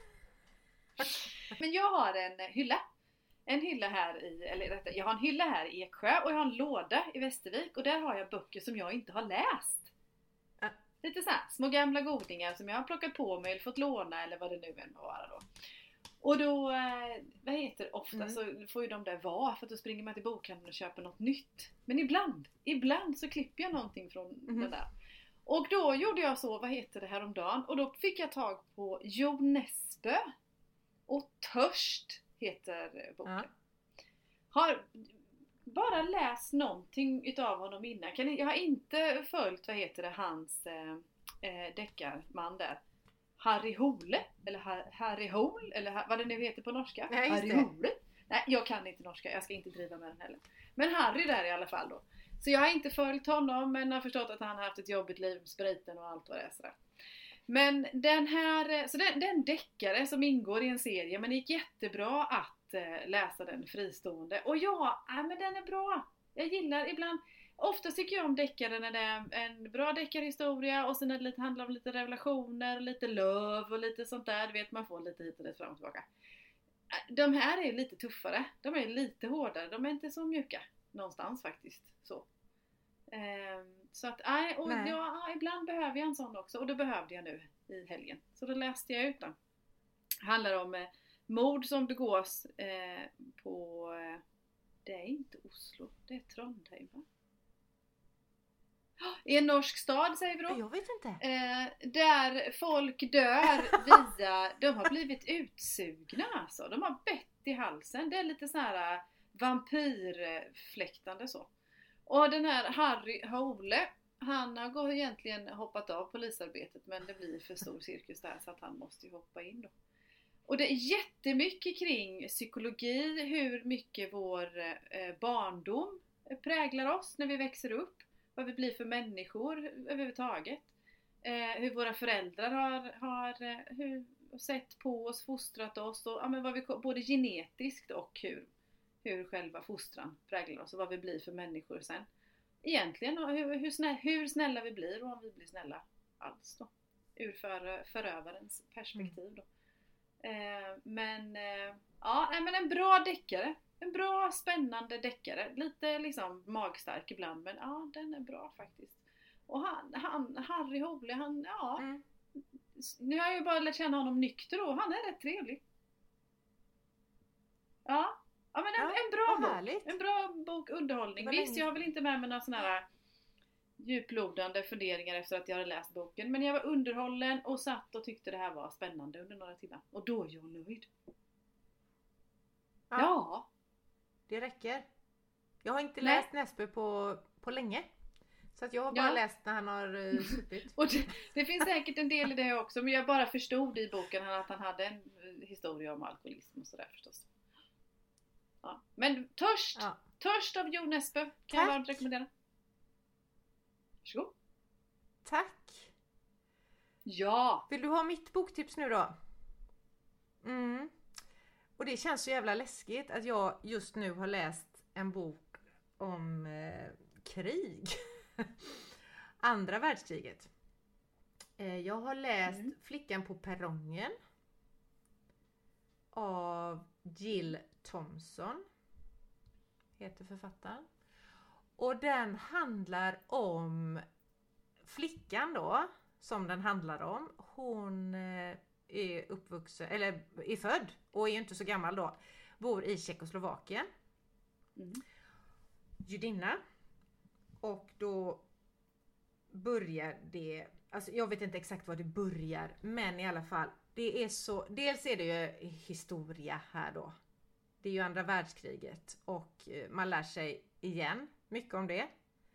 Men jag har en hylla. En hylla här jag har en hylla här i Eksjö och jag har en låda i Västervik. Och där har jag böcker som jag inte har läst. Lite så här, små gamla godingar som jag har plockat på mig eller fått låna eller vad det nu än vara då. Och då, ofta så får ju de där vara för att då springer man till bokhandeln och köper något nytt. Men ibland så klipper jag någonting från den där. Och då gjorde jag så, häromdagen. Och då fick jag tag på Jo Nesbø och Törst heter boken. Har bara läst någonting utav honom innan. Jag har inte följt, hans deckarman där. Harry Hole, eller Harry Hole, eller vad det nu heter på norska. Nej, Harry Hole. Nej, jag kan inte norska, jag ska inte driva med den heller. Men Harry där i alla fall då. Så jag har inte följt honom, men har förstått att han har haft ett jobbigt liv med spriten och allt vad det är sådär. Men den här, så den deckare som ingår i en serie, men det gick jättebra att läsa den fristående. Och men den är bra. Jag gillar ibland, ofta tycker jag om deckare när det är en bra deckarhistoria och sen det handlar om lite revelationer, lite löv och lite sånt där. Du vet, man får lite hit och dit fram och tillbaka. De här är lite tuffare, de är lite hårdare, de är inte så mjuka någonstans faktiskt. Så att, ibland behöver jag en sån också, och det behövde jag nu i helgen. Så då läste jag ut den. Det handlar om mord som begås på, det är inte Oslo, det är Trondheim, va? I en norsk stad, säger vi då. Jag vet inte. Där folk dör de har blivit utsugna alltså. De har bett i halsen. Det är lite sån här vampyrfläktande så. Och den här Harry Hole, han har egentligen hoppat av polisarbetet, men det blir för stor cirkus där så att han måste ju hoppa in då. Och det är jättemycket kring psykologi, hur mycket vår barndom präglar oss när vi växer upp. Vad vi blir för människor överhuvudtaget. Hur våra föräldrar har sett på oss, fostrat oss. Och, vad vi, både genetiskt och hur själva fostran präglar oss. Och vad vi blir för människor sen. Egentligen, och hur snälla vi blir och om vi blir snälla alls då. Ur förövarens perspektiv då. Men en bra deckare. En bra, spännande deckare. Lite liksom magstark ibland, men ja, den är bra faktiskt. Och Harry Hole, nu har jag ju bara lärt känna honom nykter och han är rätt trevlig. Ja men en bra bok. Härligt. En bra bok, underhållning. Visst, jag har väl inte med mig några sådana här djuplodande funderingar efter att jag hade läst boken. Men jag var underhållen och satt och tyckte det här var spännande under några timmar. Och då är jag nöjd. Ja. Det räcker. Jag har inte läst Nesbø på länge. Så att jag har bara läst när han har supit. Och det finns säkert en del i det också. Men jag bara förstod i boken att han hade en historia om alkoholism och sådär förstås. Ja. Men Törst av Jo Nesbø kan jag varmt rekommendera. Varsågod. Tack. Ja. Vill du ha mitt boktips nu då? Och det känns så jävla läskigt att jag just nu har läst en bok om krig. Andra världskriget. Jag har läst Flickan på perrongen av Jill Thompson, heter författaren. Och den handlar om flickan då, som den handlar om. Hon är uppvuxen, eller är född och är inte så gammal då. Bor i Tjeckoslovakien. Judinna. Och då börjar det, alltså jag vet inte exakt var det börjar, men i alla fall, det är så, dels är det ju historia här då. Det är ju andra världskriget och man lär sig igen mycket om det.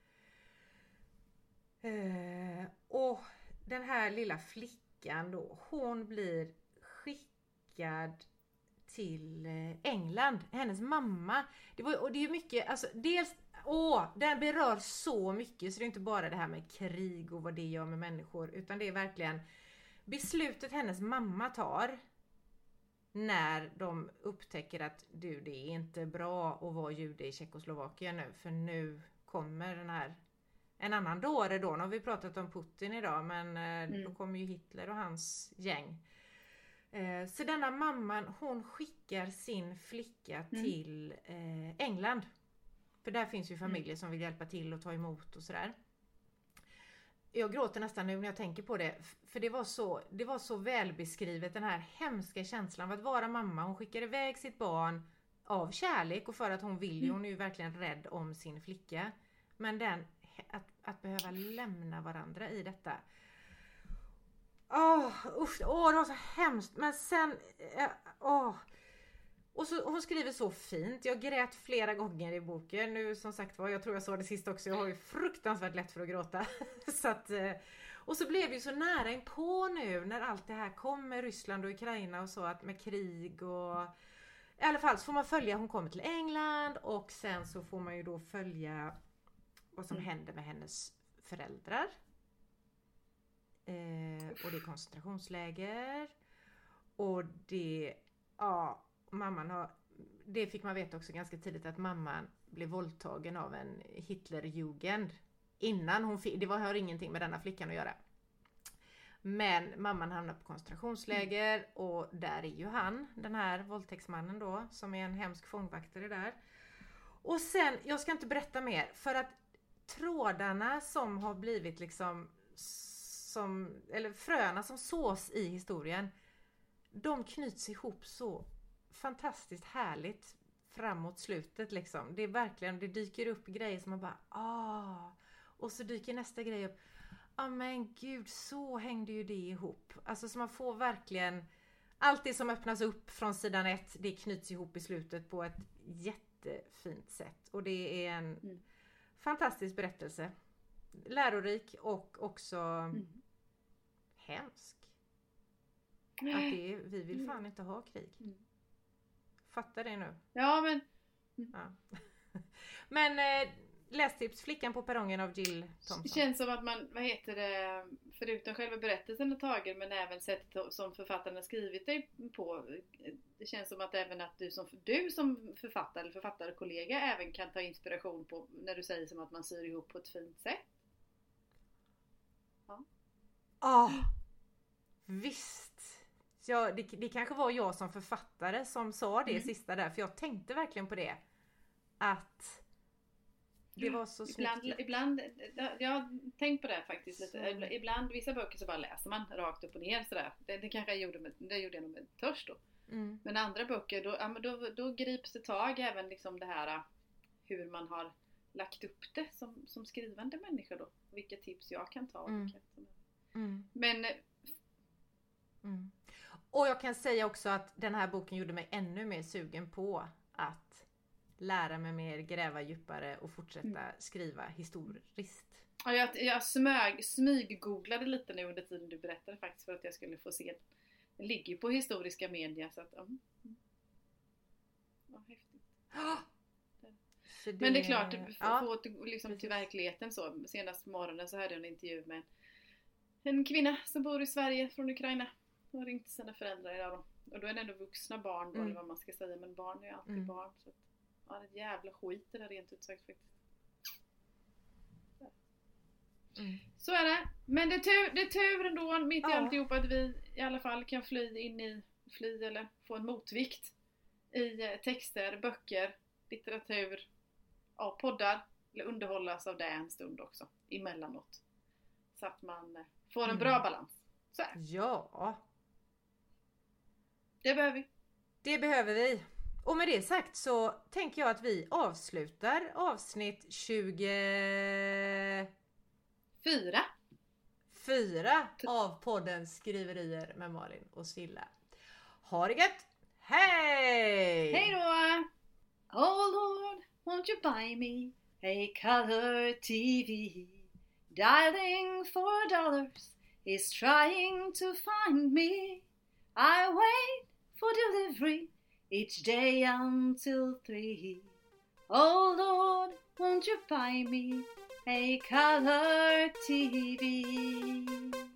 Och den här lilla flickan då, hon blir skickad till England. Hennes mamma, och det är ju mycket, alltså dels, den berör så mycket, så det är inte bara det här med krig och vad det gör med människor, utan det är verkligen beslutet hennes mamma tar när de upptäcker att det är inte bra att vara jude i Tjeckoslovakien nu, för nu kommer den här en annan dåre då. Nu har vi pratat om Putin idag, men då kommer ju Hitler och hans gäng. Så denna mamman, hon skickar sin flicka till England. För där finns ju familjer som vill hjälpa till och ta emot och sådär. Jag gråter nästan nu när jag tänker på det. För det var så välbeskrivet, den här hemska känslan av att vara mamma. Hon skickar iväg sitt barn av kärlek och för att hon vill. Hon är ju verkligen rädd om sin flicka. Men att behöva lämna varandra i detta. Det var så hemskt. Men sen, Och så, hon skriver så fint. Jag grät flera gånger i boken. Nu som sagt var, jag tror jag sa det sist också. Jag har ju fruktansvärt lätt för att gråta. Så att, och så blev det ju så nära inpå nu när allt det här kom med Ryssland och Ukraina och så. Att med krig och... I alla fall så får man följa, hon kommer till England. Och sen så får man ju då följa vad som händer med hennes föräldrar. Och det är koncentrationsläger. Och det... Ja... Mamman har, det fick man veta också ganska tidigt att mamman blev våldtagen av en Hitlerjugend innan hon fick, det har ingenting med denna flickan att göra. Men mamman hamnar på koncentrationsläger och där är ju han, den här våldtäktsmannen då, som är en hemsk fångvaktare där. Och sen, jag ska inte berätta mer för att trådarna som har blivit liksom eller fröna som sås i historien, de knyts ihop så fantastiskt härligt framåt slutet liksom. Det är verkligen, det dyker upp grejer som man bara och så dyker nästa grej upp. Men gud, så hängde ju det ihop. Alltså så man får verkligen allt det som öppnas upp från sidan 1, det knyts ihop i slutet på ett jättefint sätt. Och det är en fantastisk berättelse. Lärorik och också hemsk. Att vi vill fan inte ha krig. Fattar det nu? Ja, men... Ja. Men lästips, Flickan på perrongen av Jill Thompson. Det känns som att man, förutom själva berättelsen och tagen, men även sättet som författaren har skrivit dig på. Det känns som att även att du som författare eller författarkollega även kan ta inspiration på när du säger som att man syr ihop på ett fint sätt. Ja. Visst. Ja, det kanske var jag som författare som sa det sista där. För jag tänkte verkligen på det. Att det var så snyggt. Ibland, jag har tänkt på det faktiskt lite. Ibland, vissa böcker så bara läser man rakt upp och ner sådär. Det kanske jag gjorde jag nog med törst då. Men andra böcker, då grips det tag även liksom det här hur man har lagt upp det som skrivande människa då. Vilka tips jag kan ta. Men... Och jag kan säga också att den här boken gjorde mig ännu mer sugen på att lära mig mer, gräva djupare och fortsätta skriva historiskt. Ja, jag smyggooglade lite nu under tiden du berättade faktiskt för att jag skulle få se. Den ligger på historiska media så att häftigt. Men det är klart, få liksom till verkligheten så. Senast på morgonen så hade jag en intervju med en kvinna som bor i Sverige från Ukraina. Hon har ringt sina föräldrar idag då. Och då är det ändå vuxna barn då, eller vad man ska säga. Men barn är ju alltid barn. Så att, det är ett jävla skit det där rent ut sagt faktiskt. Så är det. Men det är tur ändå mitt i alltihop att vi i alla fall kan fly eller få en motvikt i texter, böcker, litteratur, poddar. Eller underhållas av det en stund också. Emellanåt. Så att man får en bra balans. Så här. Ja. Det behöver vi. Det behöver vi. Och med det sagt så tänker jag att vi avslutar avsnitt 24 av podden Skriverier med Malin och Silla. Ha det gött! Hej! Hej då! Oh Lord, won't you buy me a color TV? Dialing $4 is trying to find me. I wait for delivery each day until 3. Oh Lord, won't you buy me a color TV?